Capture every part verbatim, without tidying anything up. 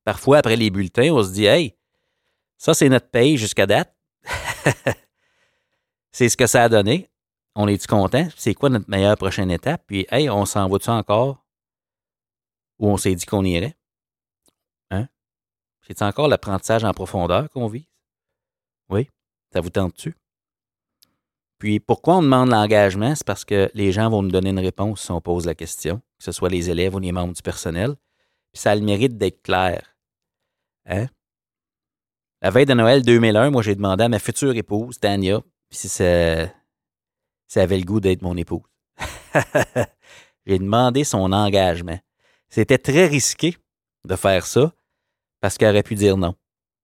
Parfois, après les bulletins, on se dit « Hey, ça, c'est notre paye jusqu'à date. C'est ce que ça a donné. On est-tu content? C'est quoi notre meilleure prochaine étape? Puis, hey, on s'en va-tu encore où on s'est dit qu'on irait? Hein? C'est encore l'apprentissage en profondeur qu'on vise? Oui? Ça vous tente-tu? Puis, pourquoi on demande l'engagement? C'est parce que les gens vont nous donner une réponse si on pose la question, que ce soit les élèves ou les membres du personnel. Puis, ça a le mérite d'être clair. Hein? La veille de Noël deux mille un, moi, j'ai demandé à ma future épouse, Tania, si ça, si ça avait le goût d'être mon épouse. J'ai demandé son engagement. C'était très risqué de faire ça parce qu'elle aurait pu dire non.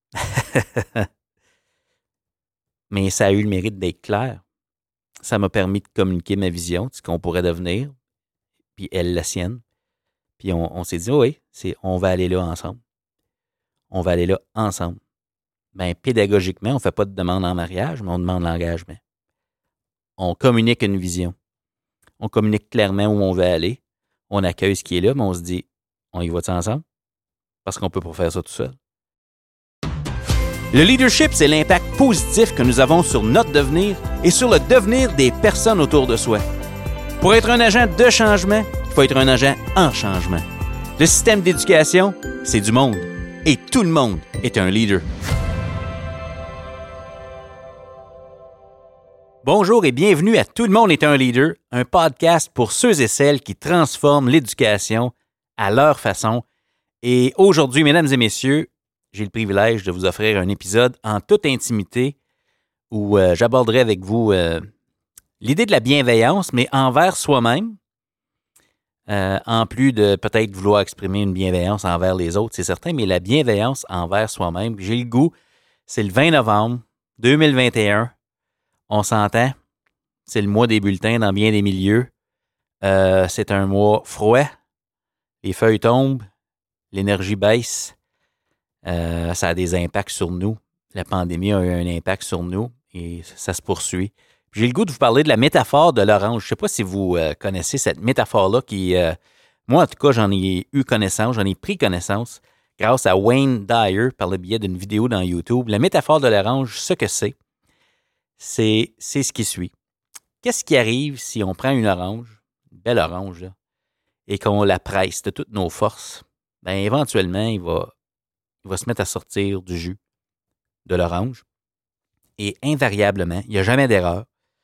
Mais ça a eu le mérite d'être clair. Ça m'a permis de communiquer ma vision de ce qu'on pourrait devenir, puis elle la sienne. Puis on, on s'est dit, oh oui, c'est, on va aller là ensemble. On va aller là ensemble. Bien, pédagogiquement, on ne fait pas de demande en mariage, mais on demande l'engagement. On communique une vision. On communique clairement où on veut aller. On accueille ce qui est là, mais on se dit, on y va-tu ensemble? Parce qu'on ne peut pas faire ça tout seul. Le leadership, c'est l'impact positif que nous avons sur notre devenir et sur le devenir des personnes autour de soi. Pour être un agent de changement, il faut être un agent en changement. Le système d'éducation, c'est du monde. Et tout le monde est un leader. Bonjour et bienvenue à Tout le monde est un leader, un podcast pour ceux et celles qui transforment l'éducation à leur façon. Et aujourd'hui, mesdames et messieurs, j'ai le privilège de vous offrir un épisode en toute intimité où euh, j'aborderai avec vous euh, l'idée de la bienveillance, mais envers soi-même, euh, en plus de peut-être vouloir exprimer une bienveillance envers les autres, c'est certain, mais la bienveillance envers soi-même. J'ai le goût, c'est le vingt novembre deux mille vingt et un. On s'entend, c'est le mois des bulletins dans bien des milieux. Euh, c'est un mois froid. Les feuilles tombent, l'énergie baisse. Euh, ça a des impacts sur nous. La pandémie a eu un impact sur nous et ça se poursuit. Puis j'ai le goût de vous parler de la métaphore de l'orange. Je ne sais pas si vous euh, connaissez cette métaphore-là qui, euh, moi en tout cas, j'en ai eu connaissance, j'en ai pris connaissance grâce à Wayne Dyer par le biais d'une vidéo dans YouTube. La métaphore de l'orange, ce que c'est, C'est, c'est ce qui suit. Qu'est-ce qui arrive si on prend une orange, une belle orange, là, et qu'on la presse de toutes nos forces? Bien, éventuellement, il va, il va se mettre à sortir du jus de l'orange. Et invariablement, il n'y a jamais d'erreur.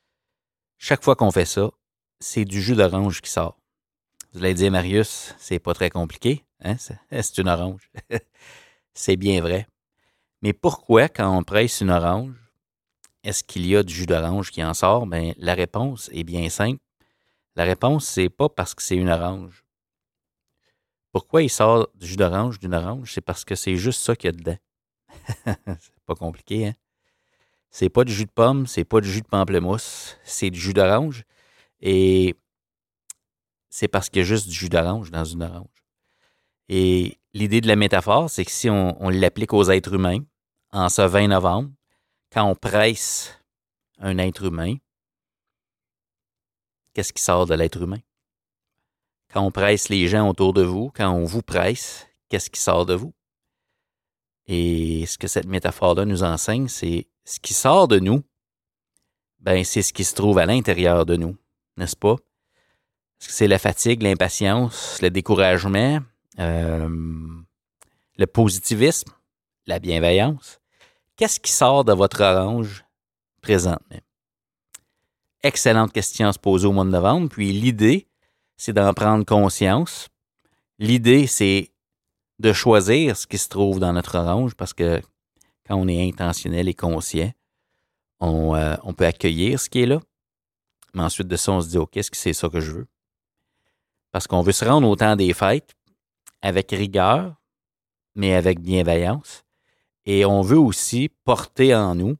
Chaque fois qu'on fait ça, c'est du jus d'orange qui sort. Vous allez dire, Marius, c'est pas très compliqué. Hein? C'est, c'est une orange. C'est bien vrai. Mais pourquoi, quand on presse une orange, est-ce qu'il y a du jus d'orange qui en sort? Bien, la réponse est bien simple. La réponse, c'est pas parce que c'est une orange. Pourquoi il sort du jus d'orange d'une orange? C'est parce que c'est juste ça qu'il y a dedans. C'est pas compliqué, hein? C'est pas du jus de pomme, c'est pas du jus de pamplemousse, c'est du jus d'orange. Et c'est parce qu'il y a juste du jus d'orange dans une orange. Et l'idée de la métaphore, c'est que si on, on l'applique aux êtres humains, en ce vingt novembre, quand on presse un être humain, qu'est-ce qui sort de l'être humain? Quand on presse les gens autour de vous, quand on vous presse, qu'est-ce qui sort de vous? Et ce que cette métaphore-là nous enseigne, c'est ce qui sort de nous, ben c'est ce qui se trouve à l'intérieur de nous, n'est-ce pas? Est-ce que c'est la fatigue, l'impatience, le découragement, euh, le positivisme, la bienveillance? Qu'est-ce qui sort de votre orange présentement? Excellente question à se poser au mois de novembre. Puis l'idée, c'est d'en prendre conscience. L'idée, c'est de choisir ce qui se trouve dans notre orange parce que quand on est intentionnel et conscient, on, euh, on peut accueillir ce qui est là. Mais ensuite de ça, on se dit, OK, est-ce que c'est ça que je veux? Parce qu'on veut se rendre au temps des fêtes avec rigueur, mais avec bienveillance. Et on veut aussi porter en nous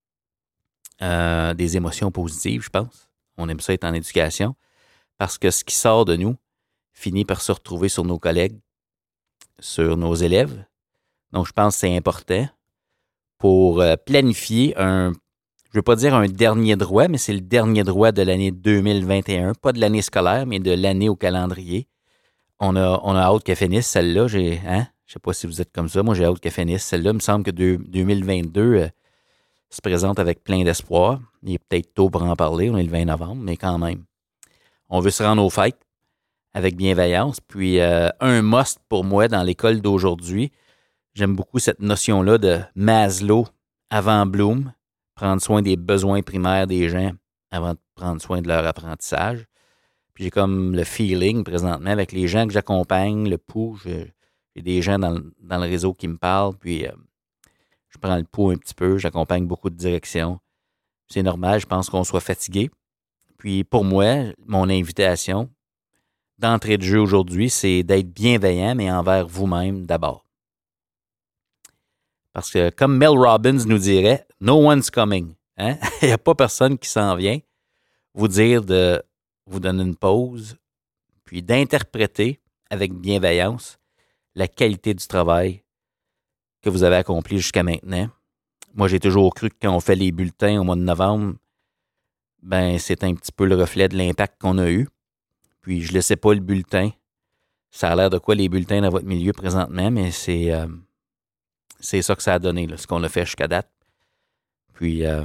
euh, des émotions positives, je pense. On aime ça être en éducation parce que ce qui sort de nous finit par se retrouver sur nos collègues, sur nos élèves. Donc, je pense que c'est important pour euh, planifier un, je ne veux pas dire un dernier droit, mais c'est le dernier droit de l'année deux mille vingt et un, pas de l'année scolaire, mais de l'année au calendrier. On a, on a hâte qu'elle finisse, celle-là. J'ai, hein? Je ne sais pas si vous êtes comme ça. Moi, j'ai hâte qu'elle finisse. Celle-là, il me semble que deux, deux mille vingt-deux euh, se présente avec plein d'espoir. Il est peut-être tôt pour en parler. On est le vingt novembre, mais quand même. On veut se rendre aux fêtes avec bienveillance. Puis, euh, un must pour moi dans l'école d'aujourd'hui, j'aime beaucoup cette notion-là de Maslow avant Bloom, prendre soin des besoins primaires des gens avant de prendre soin de leur apprentissage. Puis, j'ai comme le feeling présentement avec les gens que j'accompagne, le pouls, je, j'ai des gens dans le, dans le réseau qui me parlent, puis euh, je prends le pouls un petit peu, j'accompagne beaucoup de directions. C'est normal, je pense qu'on soit fatigué. Puis, pour moi, mon invitation, d'entrée de jeu aujourd'hui, c'est d'être bienveillant, mais envers vous-même d'abord. Parce que, comme Mel Robbins nous dirait, « No one's coming hein? ». Il n'y a pas personne qui s'en vient vous dire de vous donner une pause, puis d'interpréter avec bienveillance la qualité du travail que vous avez accompli jusqu'à maintenant. Moi, j'ai toujours cru que quand on fait les bulletins au mois de novembre, ben c'est un petit peu le reflet de l'impact qu'on a eu. Puis, je ne laissais pas le bulletin. Ça a l'air de quoi les bulletins dans votre milieu présentement, mais c'est, euh, c'est ça que ça a donné, là, ce qu'on a fait jusqu'à date. Puis, euh,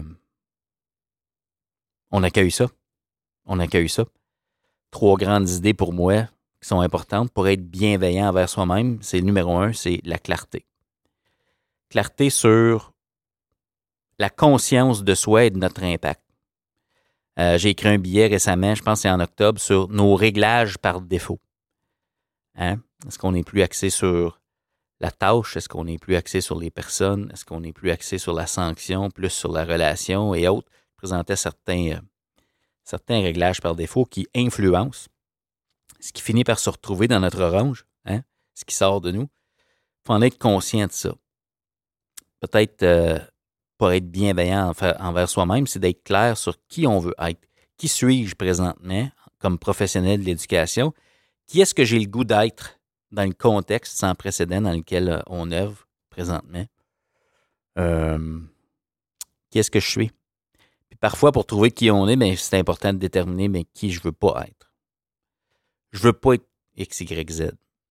on accueille ça. On accueille ça. Trois grandes idées pour moi qui sont importantes pour être bienveillant envers soi-même. C'est le numéro un, c'est la clarté. Clarté sur la conscience de soi et de notre impact. Euh, j'ai écrit un billet récemment, je pense que c'est en octobre, sur nos réglages par défaut. Hein? Est-ce qu'on n'est plus axé sur la tâche? Est-ce qu'on n'est plus axé sur les personnes? Est-ce qu'on n'est plus axé sur la sanction, plus sur la relation et autres? Je présentais certains, euh, certains réglages par défaut qui influencent ce qui finit par se retrouver dans notre orange, hein? Ce qui sort de nous. Il faut en être conscient de ça. Peut-être euh, pour être bienveillant envers soi-même, c'est d'être clair sur qui on veut être. Qui suis-je présentement comme professionnel de l'éducation? Qui est-ce que j'ai le goût d'être dans le contexte sans précédent dans lequel on œuvre présentement? Euh, qui est-ce que je suis? Puis parfois, pour trouver qui on est, bien, c'est important de déterminer mais qui je veux pas être. Je veux pas être X, Y, Z.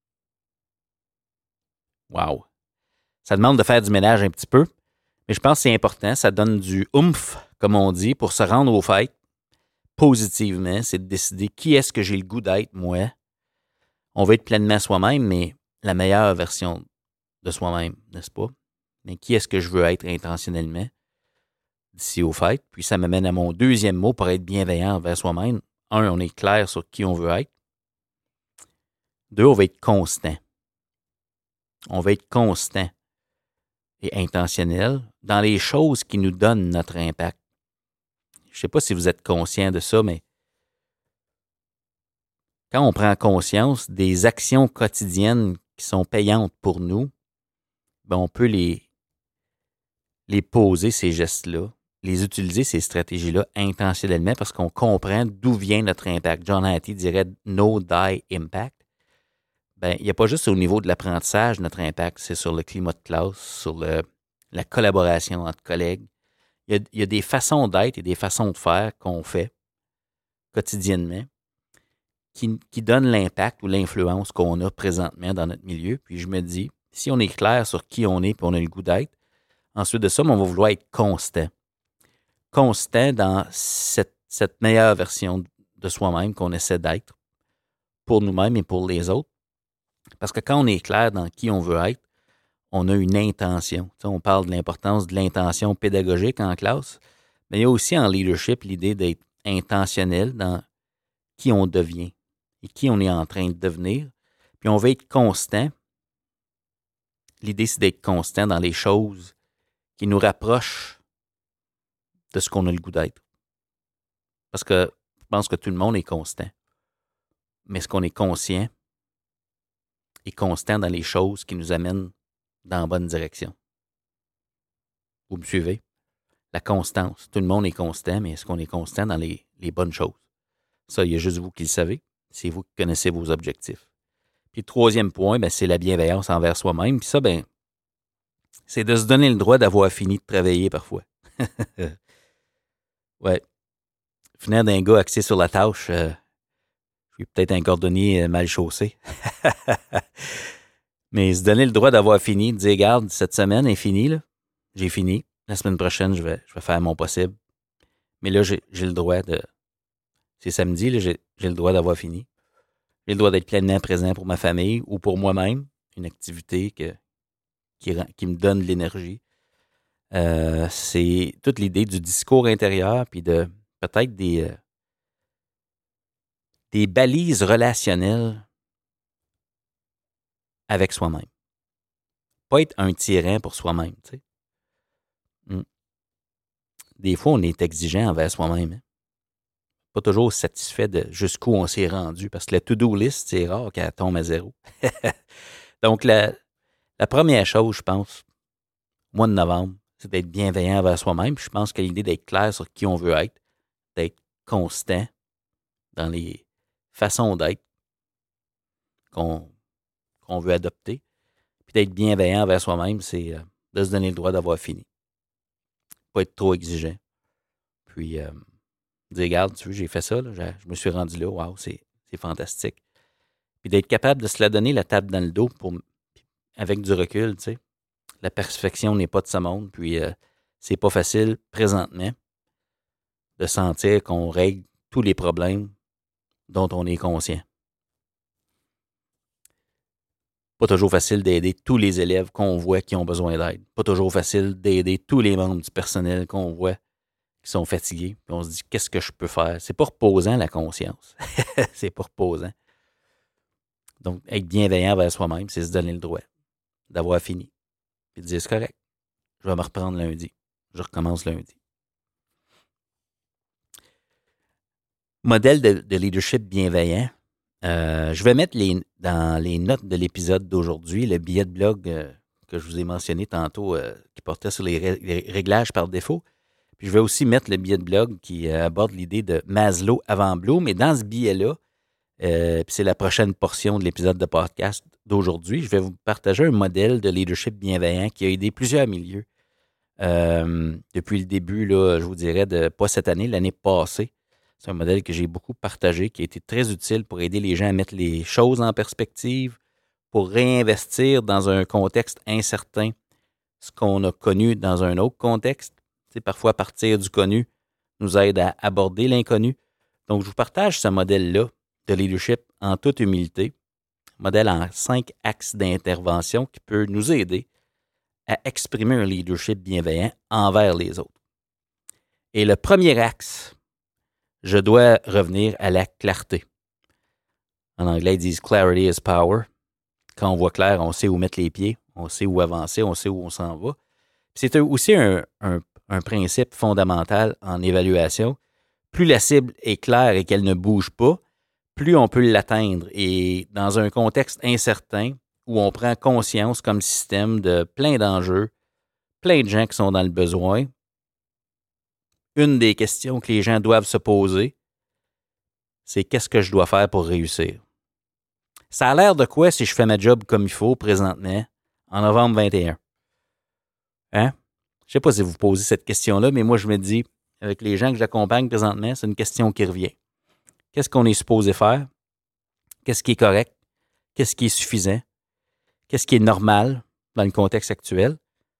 Wow! Ça demande de faire du ménage un petit peu, mais je pense que c'est important. Ça donne du oomph, comme on dit, pour se rendre aux fêtes positivement. C'est de décider qui est-ce que j'ai le goût d'être, moi. On veut être pleinement soi-même, mais la meilleure version de soi-même, n'est-ce pas? Mais qui est-ce que je veux être intentionnellement d'ici aux fêtes? Puis ça m'amène à mon deuxième mot pour être bienveillant envers soi-même. Un, on est clair sur qui on veut être. Deux, on va être constant. On va être constant et intentionnel dans les choses qui nous donnent notre impact. Je ne sais pas si vous êtes conscient de ça, mais quand on prend conscience des actions quotidiennes qui sont payantes pour nous, ben on peut les, les poser, ces gestes-là, les utiliser, ces stratégies-là, intentionnellement parce qu'on comprend d'où vient notre impact. John Hattie dirait « no die impact ». Ben, il n'y a pas juste au niveau de l'apprentissage notre impact, c'est sur le climat de classe, sur le, la collaboration entre collègues. Il y, a, il y a des façons d'être et des façons de faire qu'on fait quotidiennement qui, qui donnent l'impact ou l'influence qu'on a présentement dans notre milieu. Puis je me dis, si on est clair sur qui on est et on a le goût d'être, ensuite de ça, on va vouloir être constant. Constant dans cette, cette meilleure version de soi-même qu'on essaie d'être pour nous-mêmes et pour les autres. Parce que quand on est clair dans qui on veut être, on a une intention. Tu sais, on parle de l'importance de l'intention pédagogique en classe, mais il y a aussi en leadership l'idée d'être intentionnel dans qui on devient et qui on est en train de devenir. Puis on va être constant. L'idée, c'est d'être constant dans les choses qui nous rapprochent de ce qu'on a le goût d'être. Parce que je pense que tout le monde est constant. Mais est-ce qu'on est conscient et constant dans les choses qui nous amènent dans la bonne direction? Vous me suivez? La constance. Tout le monde est constant, mais est-ce qu'on est constant dans les, les bonnes choses? Ça, il y a juste vous qui le savez. C'est vous qui connaissez vos objectifs. Puis le troisième point, ben, c'est la bienveillance envers soi-même. Puis ça, ben, c'est de se donner le droit d'avoir fini de travailler parfois. Ouais. Finir d'un gars axé sur la tâche, euh, je suis peut-être un cordonnier mal chaussé. Mais se donner le droit d'avoir fini, de dire, regarde, cette semaine est finie, là. J'ai fini. La semaine prochaine, je vais, je vais faire mon possible. Mais là, j'ai, j'ai le droit de... C'est samedi, là, j'ai, j'ai le droit d'avoir fini. J'ai le droit d'être pleinement présent pour ma famille ou pour moi-même. Une activité que, qui, rend- qui me donne de l'énergie. Euh, c'est toute l'idée du discours intérieur, puis de peut-être des, euh, des balises relationnelles avec soi-même. Pas être un tyran pour soi-même, tu sais. Mm. Des fois, on est exigeant envers soi-même. Hein? Pas toujours satisfait de jusqu'où on s'est rendu, parce que la to-do list, c'est rare qu'elle tombe à zéro. Donc, la, la première chose, je pense, mois de novembre, c'est d'être bienveillant envers soi-même. Puis je pense que l'idée d'être clair sur qui on veut être, d'être constant dans les façons d'être qu'on, qu'on veut adopter, puis d'être bienveillant envers soi-même, c'est euh, de se donner le droit d'avoir fini. Pas être trop exigeant. Puis, euh, dire, regarde, tu vois, j'ai fait ça, là, je me suis rendu là, waouh, c'est, c'est fantastique. Puis d'être capable de se la donner la table dans le dos pour, avec du recul, tu sais. La perfection n'est pas de ce monde, puis euh, c'est pas facile présentement de sentir qu'on règle tous les problèmes dont on est conscient. Pas toujours facile d'aider tous les élèves qu'on voit qui ont besoin d'aide. Pas toujours facile d'aider tous les membres du personnel qu'on voit qui sont fatigués. Puis on se dit, qu'est-ce que je peux faire? C'est pas reposant, la conscience. C'est pas reposant. Donc, être bienveillant vers soi-même, c'est se donner le droit d'avoir fini. Puis de dire, c'est correct. Je vais me reprendre lundi. Je recommence lundi. Modèle de, de leadership bienveillant. Euh, je vais mettre les, dans les notes de l'épisode d'aujourd'hui le billet de blog euh, que je vous ai mentionné tantôt euh, qui portait sur les, ré- les réglages par défaut. Puis je vais aussi mettre le billet de blog qui euh, aborde l'idée de Maslow avant Bloom. Mais dans ce billet-là, euh, puis c'est la prochaine portion de l'épisode de podcast d'aujourd'hui, je vais vous partager un modèle de leadership bienveillant qui a aidé plusieurs milieux. Euh, depuis le début, là, je vous dirais, de pas cette année, l'année passée. C'est un modèle que j'ai beaucoup partagé, qui a été très utile pour aider les gens à mettre les choses en perspective, pour réinvestir dans un contexte incertain ce qu'on a connu dans un autre contexte. Tu sais, parfois, partir du connu nous aide à aborder l'inconnu. Donc, je vous partage ce modèle-là de leadership en toute humilité, modèle en cinq axes d'intervention qui peut nous aider à exprimer un leadership bienveillant envers les autres. Et le premier axe, je dois revenir à la clarté. En anglais, ils disent « clarity is power ». Quand on voit clair, on sait où mettre les pieds, on sait où avancer, on sait où on s'en va. Puis c'est aussi un, un, un principe fondamental en évaluation. Plus la cible est claire et qu'elle ne bouge pas, plus on peut l'atteindre. Et dans un contexte incertain, où on prend conscience comme système de plein d'enjeux, plein de gens qui sont dans le besoin, une des questions que les gens doivent se poser, c'est qu'est-ce que je dois faire pour réussir? Ça a l'air de quoi si je fais ma job comme il faut présentement, en novembre vingt et un? Hein? Je ne sais pas si vous posez cette question-là, mais moi, je me dis, avec les gens que j'accompagne présentement, c'est une question qui revient. Qu'est-ce qu'on est supposé faire? Qu'est-ce qui est correct? Qu'est-ce qui est suffisant? Qu'est-ce qui est normal dans le contexte actuel?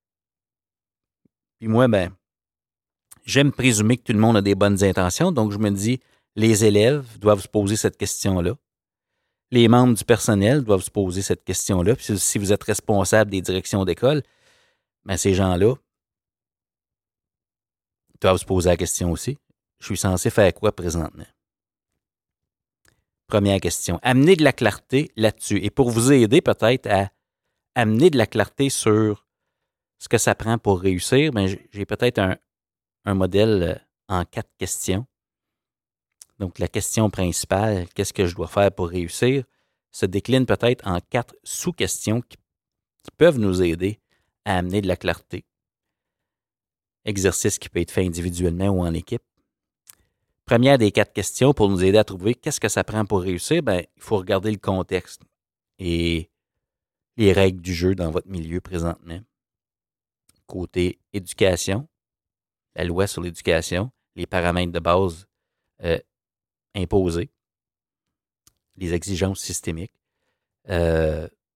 Puis moi, ben, j'aime présumer que tout le monde a des bonnes intentions, donc je me dis, les élèves doivent se poser cette question-là. Les membres du personnel doivent se poser cette question-là. Puis si vous êtes responsable des directions d'école, ben ces gens-là doivent se poser la question aussi. Je suis censé faire quoi présentement? Première question. Amener de la clarté là-dessus. Et pour vous aider peut-être à amener de la clarté sur ce que ça prend pour réussir, ben j'ai peut-être un, un modèle en quatre questions. Donc, la question principale, qu'est-ce que je dois faire pour réussir, se décline peut-être en quatre sous-questions qui, qui peuvent nous aider à amener de la clarté. Exercice qui peut être fait individuellement ou en équipe. Première des quatre questions pour nous aider à trouver qu'est-ce que ça prend pour réussir, ben, il faut regarder le contexte et les règles du jeu dans votre milieu présentement. Côté éducation, la loi sur l'éducation, les paramètres de base euh, imposés, les exigences systémiques. Euh,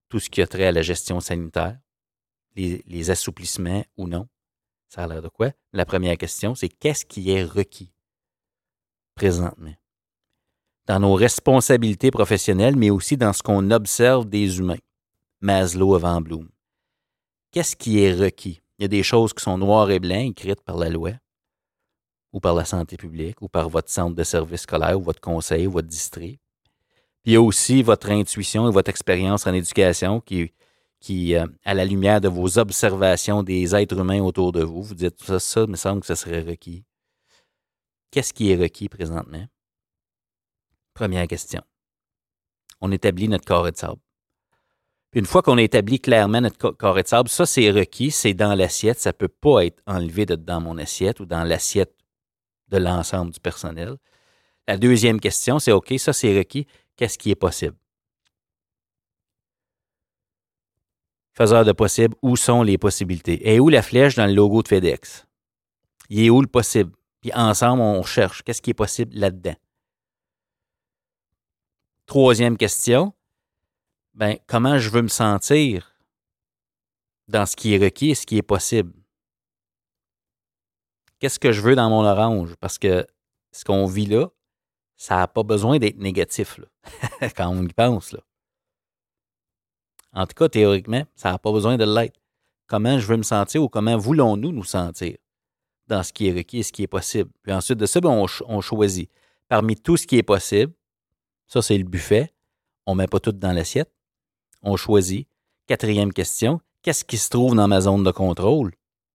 tout ce qui a trait à la gestion sanitaire, les, les assouplissements ou non. Ça a l'air de quoi? La première question, c'est qu'est-ce qui est requis présentement? Dans nos responsabilités professionnelles, mais aussi dans ce qu'on observe des humains. Maslow avant Bloom. Qu'est-ce qui est requis? Il y a des choses qui sont noires et blancs, écrites par la loi, ou par la santé publique, ou par votre centre de service scolaire, ou votre conseil, ou votre district. Puis il y a aussi votre intuition et votre expérience en éducation qui, qui euh, à la lumière de vos observations des êtres humains autour de vous, vous dites ça, ça me semble que ça serait requis. Qu'est-ce qui est requis présentement? Première question. On établit notre carré de sable. Puis une fois qu'on a établi clairement notre carré de sable, ça c'est requis, c'est dans l'assiette, ça ne peut pas être enlevé de dans mon assiette ou dans l'assiette de l'ensemble du personnel. La deuxième question, c'est OK, ça c'est requis, qu'est-ce qui est possible? Faiseur de possible, où sont les possibilités? Et où la flèche dans le logo de FedEx? Il est où le possible? Puis ensemble, on cherche. Qu'est-ce qui est possible là-dedans? Troisième question, ben, comment je veux me sentir dans ce qui est requis et ce qui est possible? Qu'est-ce que je veux dans mon orange? Parce que ce qu'on vit là, ça n'a pas besoin d'être négatif, là, quand on y pense, là. En tout cas, théoriquement, ça n'a pas besoin de l'être. Comment je veux me sentir ou comment voulons-nous nous sentir dans ce qui est requis et ce qui est possible? Puis ensuite de ça, ben, on, on choisit. Parmi tout ce qui est possible, ça, c'est le buffet. On ne met pas tout dans l'assiette. On choisit. Quatrième question, qu'est-ce qui se trouve dans ma zone de contrôle?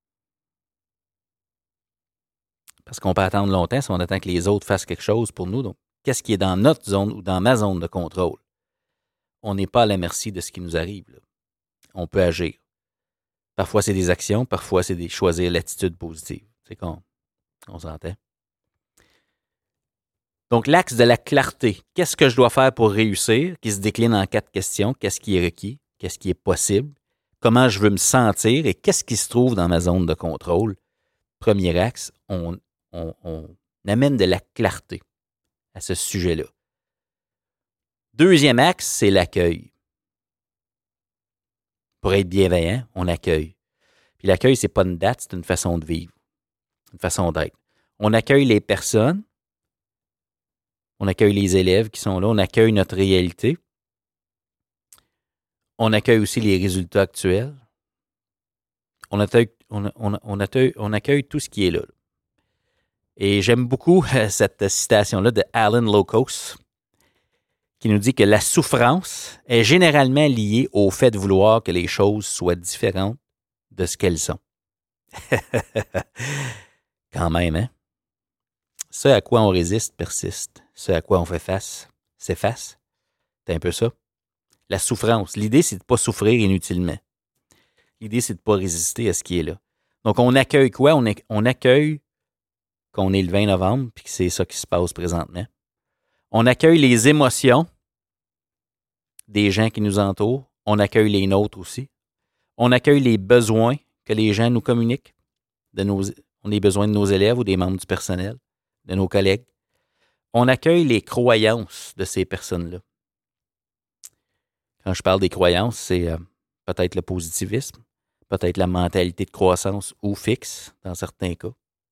Parce qu'on peut attendre longtemps si on attend que les autres fassent quelque chose pour nous. Donc, qu'est-ce qui est dans notre zone ou dans ma zone de contrôle? On n'est pas à la merci de ce qui nous arrive, là. On peut agir. Parfois, c'est des actions, parfois, c'est de choisir l'attitude positive. C'est qu'on on s'entend. Donc, l'axe de la clarté. Qu'est-ce que je dois faire pour réussir? Qui se décline en quatre questions. Qu'est-ce qui est requis? Qu'est-ce qui est possible? Comment je veux me sentir? Et qu'est-ce qui se trouve dans ma zone de contrôle? Premier axe, on, on, on amène de la clarté à ce sujet-là. Deuxième axe, c'est l'accueil. Pour être bienveillant, on accueille. Puis l'accueil, c'est pas une date, c'est une façon de vivre, une façon d'être. On accueille les personnes, on accueille les élèves qui sont là, on accueille notre réalité. On accueille aussi les résultats actuels. On accueille, on, on, on accueille, on accueille tout ce qui est là. Et j'aime beaucoup cette citation-là de Alan Locos, qui nous dit que la souffrance est généralement liée au fait de vouloir que les choses soient différentes de ce qu'elles sont. Quand même, hein? Ce à quoi on résiste persiste. Ce à quoi on fait face s'efface. C'est un peu ça. La souffrance. L'idée, c'est de ne pas souffrir inutilement. L'idée, c'est de ne pas résister à ce qui est là. Donc, on accueille quoi? On, on accueille qu'on est le vingt novembre puis que c'est ça qui se passe présentement. On accueille les émotions des gens qui nous entourent. On accueille les nôtres aussi. On accueille les besoins que les gens nous communiquent. De nos, on a des besoins de nos élèves ou des membres du personnel, de nos collègues. On accueille les croyances de ces personnes-là. Quand je parle des croyances, c'est euh, peut-être le positivisme, peut-être la mentalité de croissance ou fixe, dans certains cas.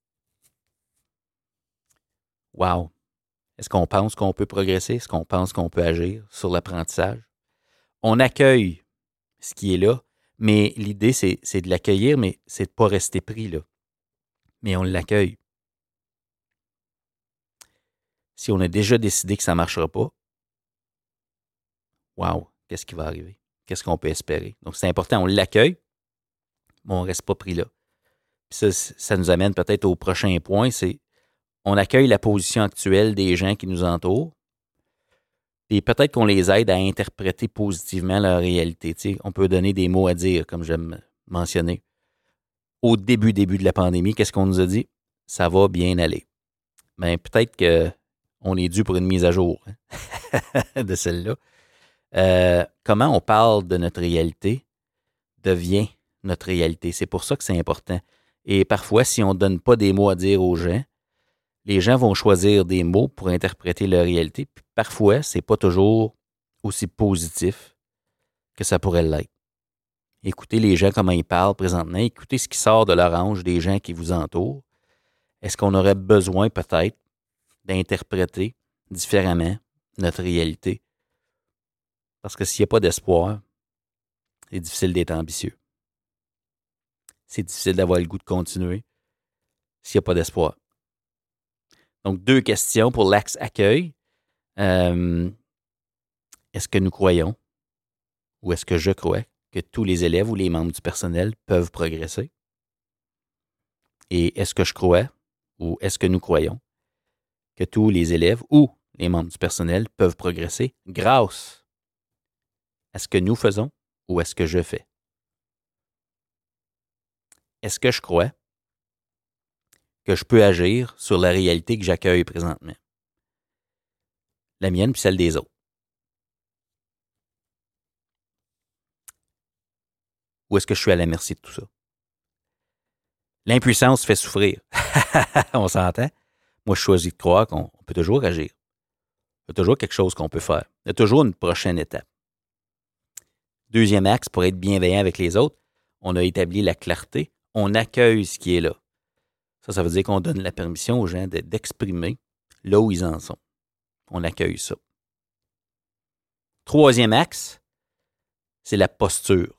Wow! Est-ce qu'on pense qu'on peut progresser? Est-ce qu'on pense qu'on peut agir sur l'apprentissage? On accueille ce qui est là, mais l'idée, c'est, c'est de l'accueillir, mais c'est de ne pas rester pris là. Mais on l'accueille. Si on a déjà décidé que ça ne marchera pas, wow! Qu'est-ce qui va arriver? Qu'est-ce qu'on peut espérer? Donc, c'est important, on l'accueille, mais on ne reste pas pris là. Puis ça, ça nous amène peut-être au prochain point, c'est on accueille la position actuelle des gens qui nous entourent et peut-être qu'on les aide à interpréter positivement leur réalité. Tu sais, on peut donner des mots à dire, comme j'aime mentionner. Au début, début de la pandémie, qu'est-ce qu'on nous a dit? Ça va bien aller. Bien, peut-être qu'on est dû pour une mise à jour hein, de celle-là. Euh, comment on parle de notre réalité devient notre réalité. C'est pour ça que c'est important. Et parfois, si on ne donne pas des mots à dire aux gens, les gens vont choisir des mots pour interpréter leur réalité. Puis parfois, ce n'est pas toujours aussi positif que ça pourrait l'être. Écoutez les gens, comment ils parlent présentement. Écoutez ce qui sort de l'orange des gens qui vous entourent. Est-ce qu'on aurait besoin peut-être d'interpréter différemment notre réalité? Parce que s'il n'y a pas d'espoir, c'est difficile d'être ambitieux. C'est difficile d'avoir le goût de continuer s'il n'y a pas d'espoir. Donc, deux questions pour l'axe accueil. Euh, est-ce que nous croyons ou est-ce que je crois que tous les élèves ou les membres du personnel peuvent progresser? Et est-ce que je crois ou est-ce que nous croyons que tous les élèves ou les membres du personnel peuvent progresser grâce à ce que nous faisons ou à ce que je fais? Est-ce que je crois que je peux agir sur la réalité que j'accueille présentement? La mienne puis celle des autres. Ou est-ce que je suis à la merci de tout ça? L'impuissance fait souffrir. On s'entend? Moi, je choisis de croire qu'on peut toujours agir. Il y a toujours quelque chose qu'on peut faire. Il y a toujours une prochaine étape. Deuxième axe, pour être bienveillant avec les autres, on a établi la clarté. On accueille ce qui est là. Ça, ça veut dire qu'on donne la permission aux gens d'exprimer là où ils en sont. On accueille ça. Troisième axe, c'est la posture.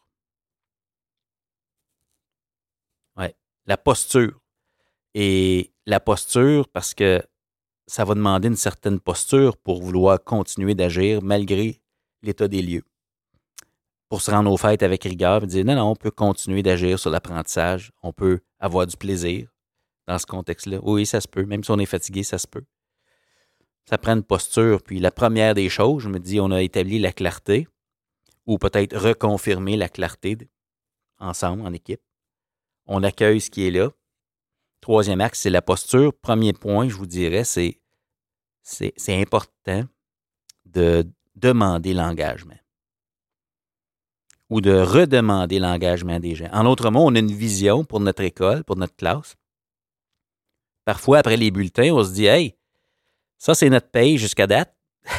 Ouais, la posture. Et la posture, parce que ça va demander une certaine posture pour vouloir continuer d'agir malgré l'état des lieux. Pour se rendre aux fêtes avec rigueur et dire non, non, on peut continuer d'agir sur l'apprentissage, on peut avoir du plaisir dans ce contexte-là. Oui, ça se peut. Même si on est fatigué, ça se peut. Ça prend une posture. Puis la première des choses, je me dis, on a établi la clarté ou peut-être reconfirmer la clarté ensemble, en équipe. On accueille ce qui est là. Troisième axe, c'est la posture. Premier point, je vous dirais, c'est, c'est, c'est important de demander l'engagement ou de redemander l'engagement des gens. En d'autres mots, on a une vision pour notre école, pour notre classe. Parfois, après les bulletins, on se dit « Hey, ça, c'est notre paye jusqu'à date.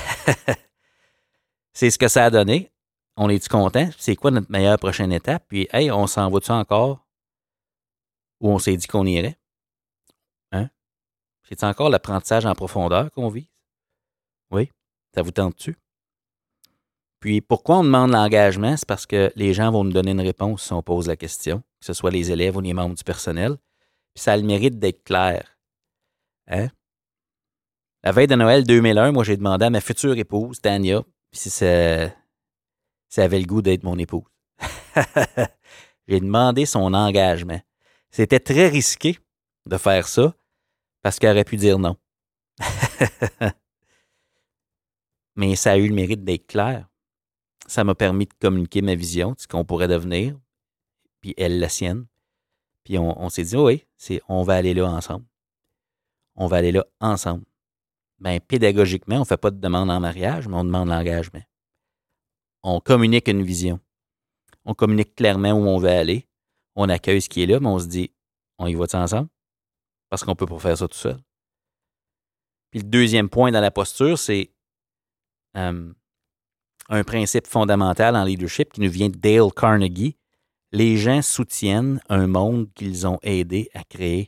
C'est ce que ça a donné. On est-tu content? C'est quoi notre meilleure prochaine étape? Puis, hey, on s'en va-tu encore où on s'est dit qu'on irait? Hein? C'est encore l'apprentissage en profondeur qu'on vise? Oui? Ça vous tente-tu? Puis, pourquoi on demande l'engagement? C'est parce que les gens vont nous donner une réponse si on pose la question, que ce soit les élèves ou les membres du personnel. Puis, ça a le mérite d'être clair. Hein? La veille de Noël deux mille un, moi, j'ai demandé à ma future épouse, Tania, si ça, ça avait le goût d'être mon épouse. J'ai demandé son engagement. C'était très risqué de faire ça parce qu'elle aurait pu dire non. Mais ça a eu le mérite d'être clair. Ça m'a permis de communiquer ma vision de ce qu'on pourrait devenir, puis elle la sienne. Puis on, on s'est dit, oh oui, c'est, on va aller là ensemble. On va aller là ensemble. Bien, pédagogiquement, on ne fait pas de demande en mariage, mais on demande l'engagement. On communique une vision. On communique clairement où on veut aller. On accueille ce qui est là, mais on se dit, on y va-tu ensemble? Parce qu'on ne peut pas faire ça tout seul. Puis le deuxième point dans la posture, c'est euh, un principe fondamental en leadership qui nous vient de Dale Carnegie. Les gens soutiennent un monde qu'ils ont aidé à créer.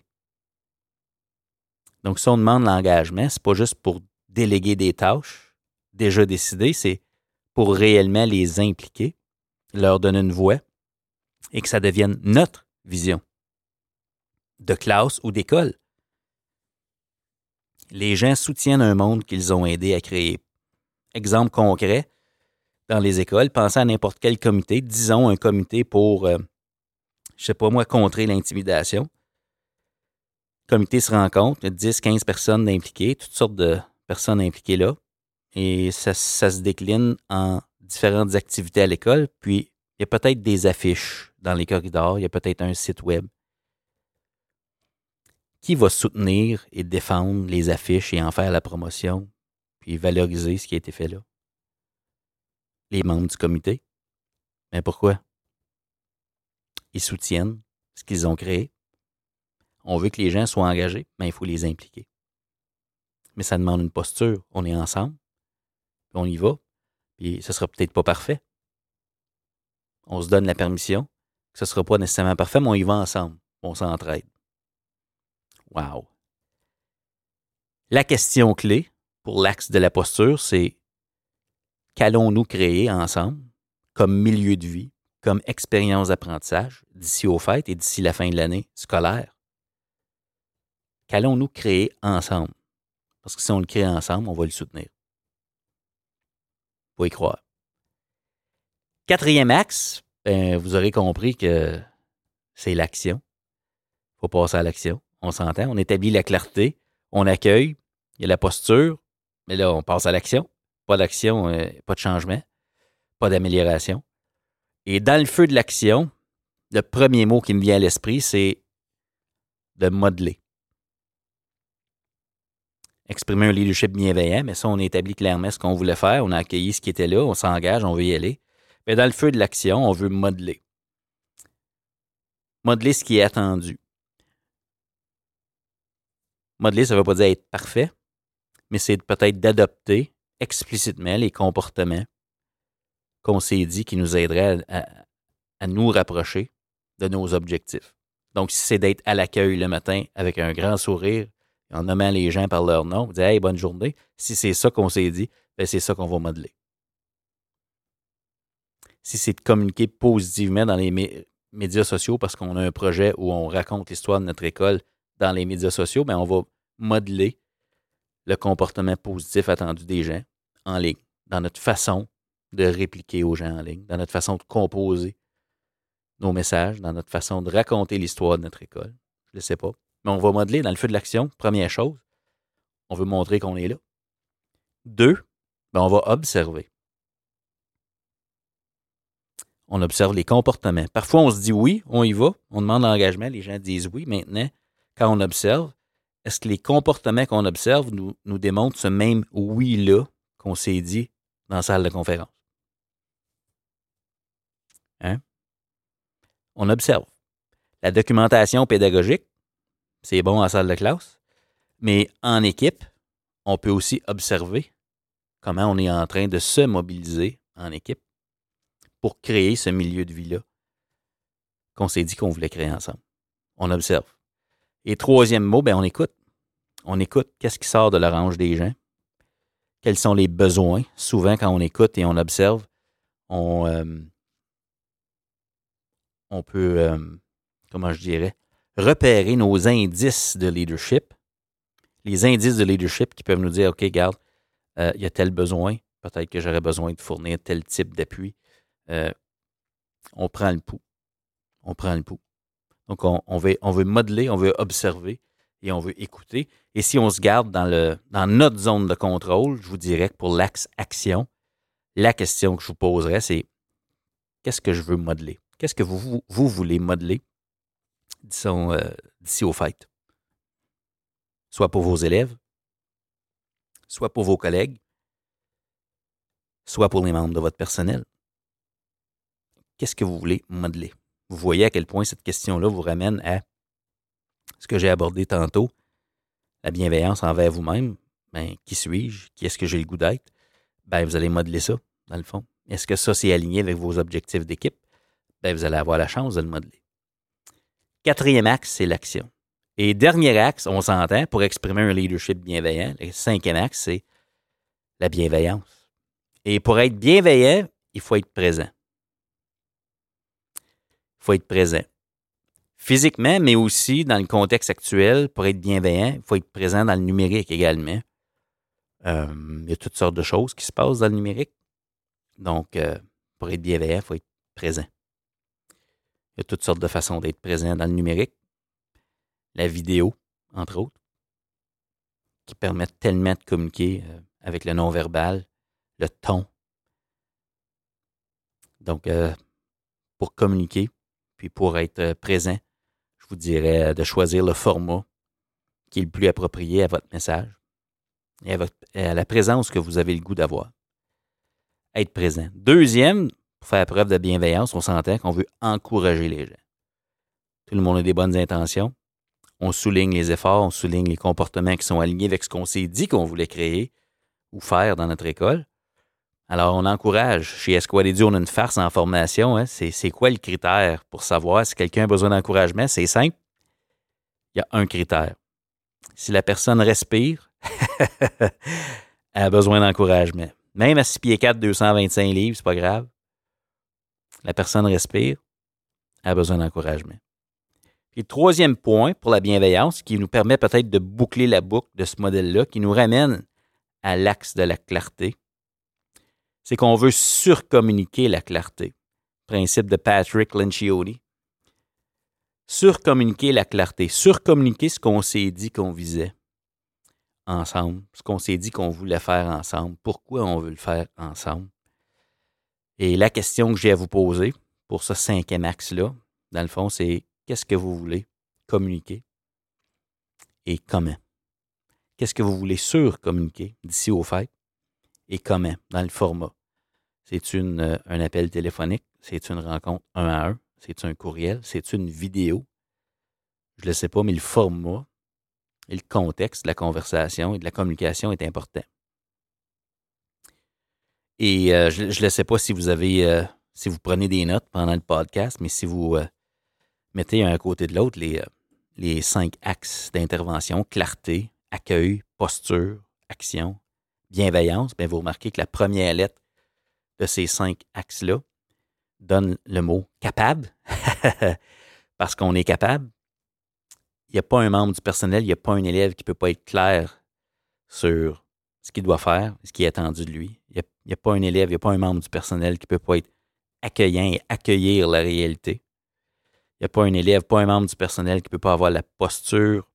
Donc, si on demande l'engagement, c'est pas juste pour déléguer des tâches déjà décidées, c'est pour réellement les impliquer, leur donner une voix et que ça devienne notre vision de classe ou d'école. Les gens soutiennent un monde qu'ils ont aidé à créer. Exemple concret, dans les écoles, pensez à n'importe quel comité, disons un comité pour, euh, je sais pas moi, contrer l'intimidation. Le comité se rencontre, il y a dix, quinze personnes impliquées, toutes sortes de personnes impliquées là, et ça, ça se décline en différentes activités à l'école, puis il y a peut-être des affiches dans les corridors, il y a peut-être un site web. Qui va soutenir et défendre les affiches et en faire la promotion, puis valoriser ce qui a été fait là? Les membres du comité. Mais pourquoi? Ils soutiennent ce qu'ils ont créé. On veut que les gens soient engagés, mais il faut les impliquer. Mais ça demande une posture. On est ensemble, puis on y va, puis ce sera peut-être pas parfait. On se donne la permission. Ce ne sera pas nécessairement parfait, mais on y va ensemble. On s'entraide. Wow! La question clé pour l'axe de la posture, c'est qu'allons-nous créer ensemble comme milieu de vie, comme expérience d'apprentissage d'ici aux fêtes et d'ici la fin de l'année scolaire? Qu'allons-nous créer ensemble? Parce que si on le crée ensemble, on va le soutenir. Il faut y croire. Quatrième axe, ben, vous aurez compris que c'est l'action. Il faut passer à l'action. On s'entend, on établit la clarté, on accueille, il y a la posture, mais là, on passe à l'action. Pas d'action, euh, pas de changement, pas d'amélioration. Et dans le feu de l'action, le premier mot qui me vient à l'esprit, c'est de modeler. Exprimer un leadership bienveillant, mais ça, on établit clairement ce qu'on voulait faire, on a accueilli ce qui était là, on s'engage, on veut y aller. Mais dans le feu de l'action, on veut modeler. Modeler ce qui est attendu. Modeler, ça ne veut pas dire être parfait, mais c'est peut-être d'adopter explicitement les comportements qu'on s'est dit qui nous aideraient à, à, à nous rapprocher de nos objectifs. Donc, si c'est d'être à l'accueil le matin avec un grand sourire, en nommant les gens par leur nom, dire « Hey, bonne journée », si c'est ça qu'on s'est dit, bien, c'est ça qu'on va modeler. Si c'est de communiquer positivement dans les mé- médias sociaux parce qu'on a un projet où on raconte l'histoire de notre école dans les médias sociaux, bien, on va modeler le comportement positif attendu des gens en ligne, dans notre façon de répliquer aux gens en ligne, dans notre façon de composer nos messages, dans notre façon de raconter l'histoire de notre école. Je ne sais pas. Mais on va modeler dans le feu de l'action. Première chose, on veut montrer qu'on est là. Deux, bien, on va observer. On observe les comportements. Parfois, on se dit oui, on y va. On demande l'engagement, les gens disent oui. Maintenant, quand on observe, est-ce que les comportements qu'on observe nous, nous démontrent ce même oui-là qu'on s'est dit dans la salle de conférence? Hein? On observe. La documentation pédagogique, c'est bon en salle de classe, mais en équipe, on peut aussi observer comment on est en train de se mobiliser en équipe pour créer ce milieu de vie-là qu'on s'est dit qu'on voulait créer ensemble. On observe. Et troisième mot, bien, on écoute. On écoute qu'est-ce qui sort de l'orange des gens, quels sont les besoins. Souvent, quand on écoute et on observe, on, euh, on peut, euh, comment je dirais, repérer nos indices de leadership. Les indices de leadership qui peuvent nous dire, OK, regarde, euh, il y a tel besoin, peut-être que j'aurais besoin de fournir tel type d'appui. Euh, on prend le pouls. On prend le pouls. Donc, on, on, veut, on veut modeler, on veut observer et on veut écouter. Et si on se garde dans, le, dans notre zone de contrôle, je vous dirais que pour l'axe action, la question que je vous poserais, c'est qu'est-ce que je veux modeler? Qu'est-ce que vous, vous, vous voulez modeler disons, euh, d'ici aux fêtes? Soit pour vos élèves, soit pour vos collègues, soit pour les membres de votre personnel. Qu'est-ce que vous voulez modeler? Vous voyez à quel point cette question-là vous ramène à ce que j'ai abordé tantôt, la bienveillance envers vous-même. Ben, qui suis-je? Qui est-ce que j'ai le goût d'être? Ben, vous allez modeler ça, dans le fond. Est-ce que ça, c'est aligné avec vos objectifs d'équipe? Ben, vous allez avoir la chance de le modeler. Quatrième axe, c'est l'action. Et dernier axe, on s'entend, pour exprimer un leadership bienveillant, le cinquième axe, c'est la bienveillance. Et pour être bienveillant, il faut être présent. Il faut être présent. Physiquement, mais aussi dans le contexte actuel, pour être bienveillant, il faut être présent dans le numérique également. Euh, il y a toutes sortes de choses qui se passent dans le numérique. Donc, euh, pour être bienveillant, il faut être présent. Il y a toutes sortes de façons d'être présent dans le numérique. La vidéo, entre autres, qui permettent tellement de communiquer euh, avec le non-verbal, le ton. Donc, euh, pour communiquer, puis pour être euh, présent, je vous dirais de choisir le format qui est le plus approprié à votre message et à, votre, à la présence que vous avez le goût d'avoir. Être présent. Deuxième, pour faire preuve de bienveillance, on s'entend qu'on veut encourager les gens. Tout le monde a des bonnes intentions. On souligne les efforts, on souligne les comportements qui sont alignés avec ce qu'on s'est dit qu'on voulait créer ou faire dans notre école. Alors, on encourage. Chez Escouade Édu, on a une farce en formation. Hein? C'est, c'est quoi le critère pour savoir si quelqu'un a besoin d'encouragement? C'est simple. Il y a un critère. Si la personne respire, elle a besoin d'encouragement. Même à six pieds quatre, deux cent vingt-cinq livres, c'est pas grave. La personne respire, elle a besoin d'encouragement. Puis le troisième point pour la bienveillance, qui nous permet peut-être de boucler la boucle de ce modèle-là, qui nous ramène à l'axe de la clarté, c'est qu'on veut surcommuniquer la clarté. Principe de Patrick Lencioni. Surcommuniquer la clarté. Surcommuniquer ce qu'on s'est dit qu'on visait ensemble, ce qu'on s'est dit qu'on voulait faire ensemble, pourquoi on veut le faire ensemble. Et la question que j'ai à vous poser pour ce cinquième axe-là, dans le fond, c'est qu'est-ce que vous voulez communiquer et comment? Qu'est-ce que vous voulez surcommuniquer d'ici aux fêtes et comment, dans le format? C'est une, euh, un appel téléphonique? C'est une rencontre un à un? C'est un courriel? C'est une vidéo? Je ne le sais pas, mais le format et le contexte de la conversation et de la communication est important. Et euh, je ne sais pas si vous avez, euh, si vous prenez des notes pendant le podcast, mais si vous euh, mettez un à côté de l'autre les, euh, les cinq axes d'intervention, clarté, accueil, posture, action, bienveillance, bien, vous remarquez que la première lettre de ces cinq axes-là donne le mot capable, parce qu'on est capable. Il n'y a pas un membre du personnel, il n'y a pas un élève qui ne peut pas être clair sur ce qu'il doit faire, ce qui est attendu de lui. Il n'y a, a pas un élève, il n'y a pas un membre du personnel qui ne peut pas être accueillant et accueillir la réalité. Il n'y a pas un élève, pas un membre du personnel qui ne peut pas avoir la posture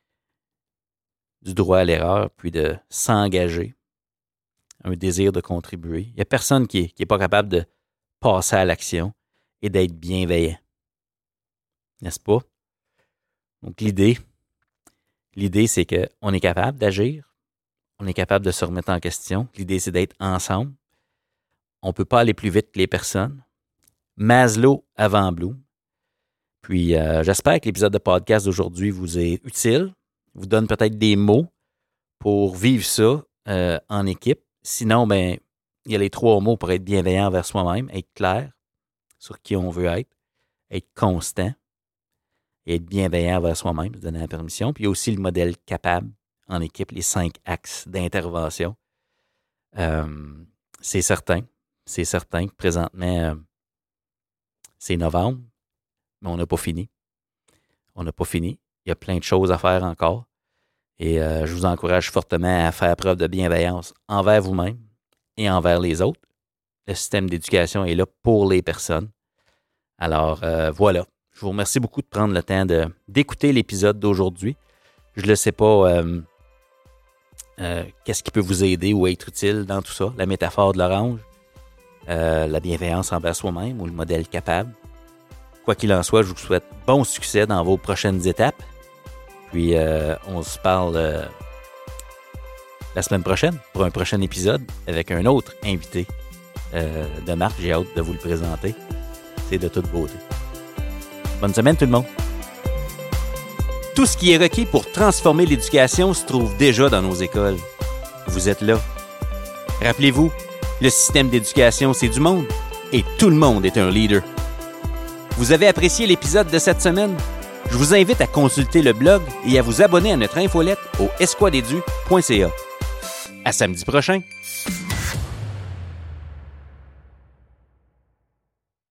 du droit à l'erreur, puis de s'engager, un désir de contribuer. Il n'y a personne qui n'est qui est pas capable de passer à l'action et d'être bienveillant. N'est-ce pas? Donc, l'idée, l'idée, c'est qu'on est capable d'agir, on est capable de se remettre en question. L'idée, c'est d'être ensemble. On ne peut pas aller plus vite que les personnes. Maslow avant Bloom. Puis, euh, j'espère que l'épisode de podcast d'aujourd'hui vous est utile, vous donne peut-être des mots pour vivre ça euh, en équipe. Sinon, ben, il y a les trois mots pour être bienveillant envers soi-même, être clair sur qui on veut être, être constant et être bienveillant envers soi-même, se donner la permission. Puis il y a aussi le modèle capable en équipe, les cinq axes d'intervention. Euh, c'est certain, c'est certain que présentement, euh, c'est novembre, mais on n'a pas fini. On n'a pas fini. Il y a plein de choses à faire encore. Et euh, je vous encourage fortement à faire preuve de bienveillance envers vous-même et envers les autres. Le système d'éducation est là pour les personnes. Alors, euh, voilà. Je vous remercie beaucoup de prendre le temps de, d'écouter l'épisode d'aujourd'hui. Je ne sais pas euh, euh, qu'est-ce qui peut vous aider ou être utile dans tout ça. La métaphore de l'orange, euh, la bienveillance envers soi-même ou le modèle capable. Quoi qu'il en soit, je vous souhaite bon succès dans vos prochaines étapes. Puis, euh, on se parle euh, la semaine prochaine pour un prochain épisode avec un autre invité euh, de marque. J'ai hâte de vous le présenter. C'est de toute beauté. Bonne semaine tout le monde. Tout ce qui est requis pour transformer l'éducation se trouve déjà dans nos écoles. Vous êtes là. Rappelez-vous, le système d'éducation, c'est du monde et tout le monde est un leader. Vous avez apprécié l'épisode de cette semaine? Je vous invite à consulter le blog et à vous abonner à notre infolette au esquadedu point c a. À samedi prochain!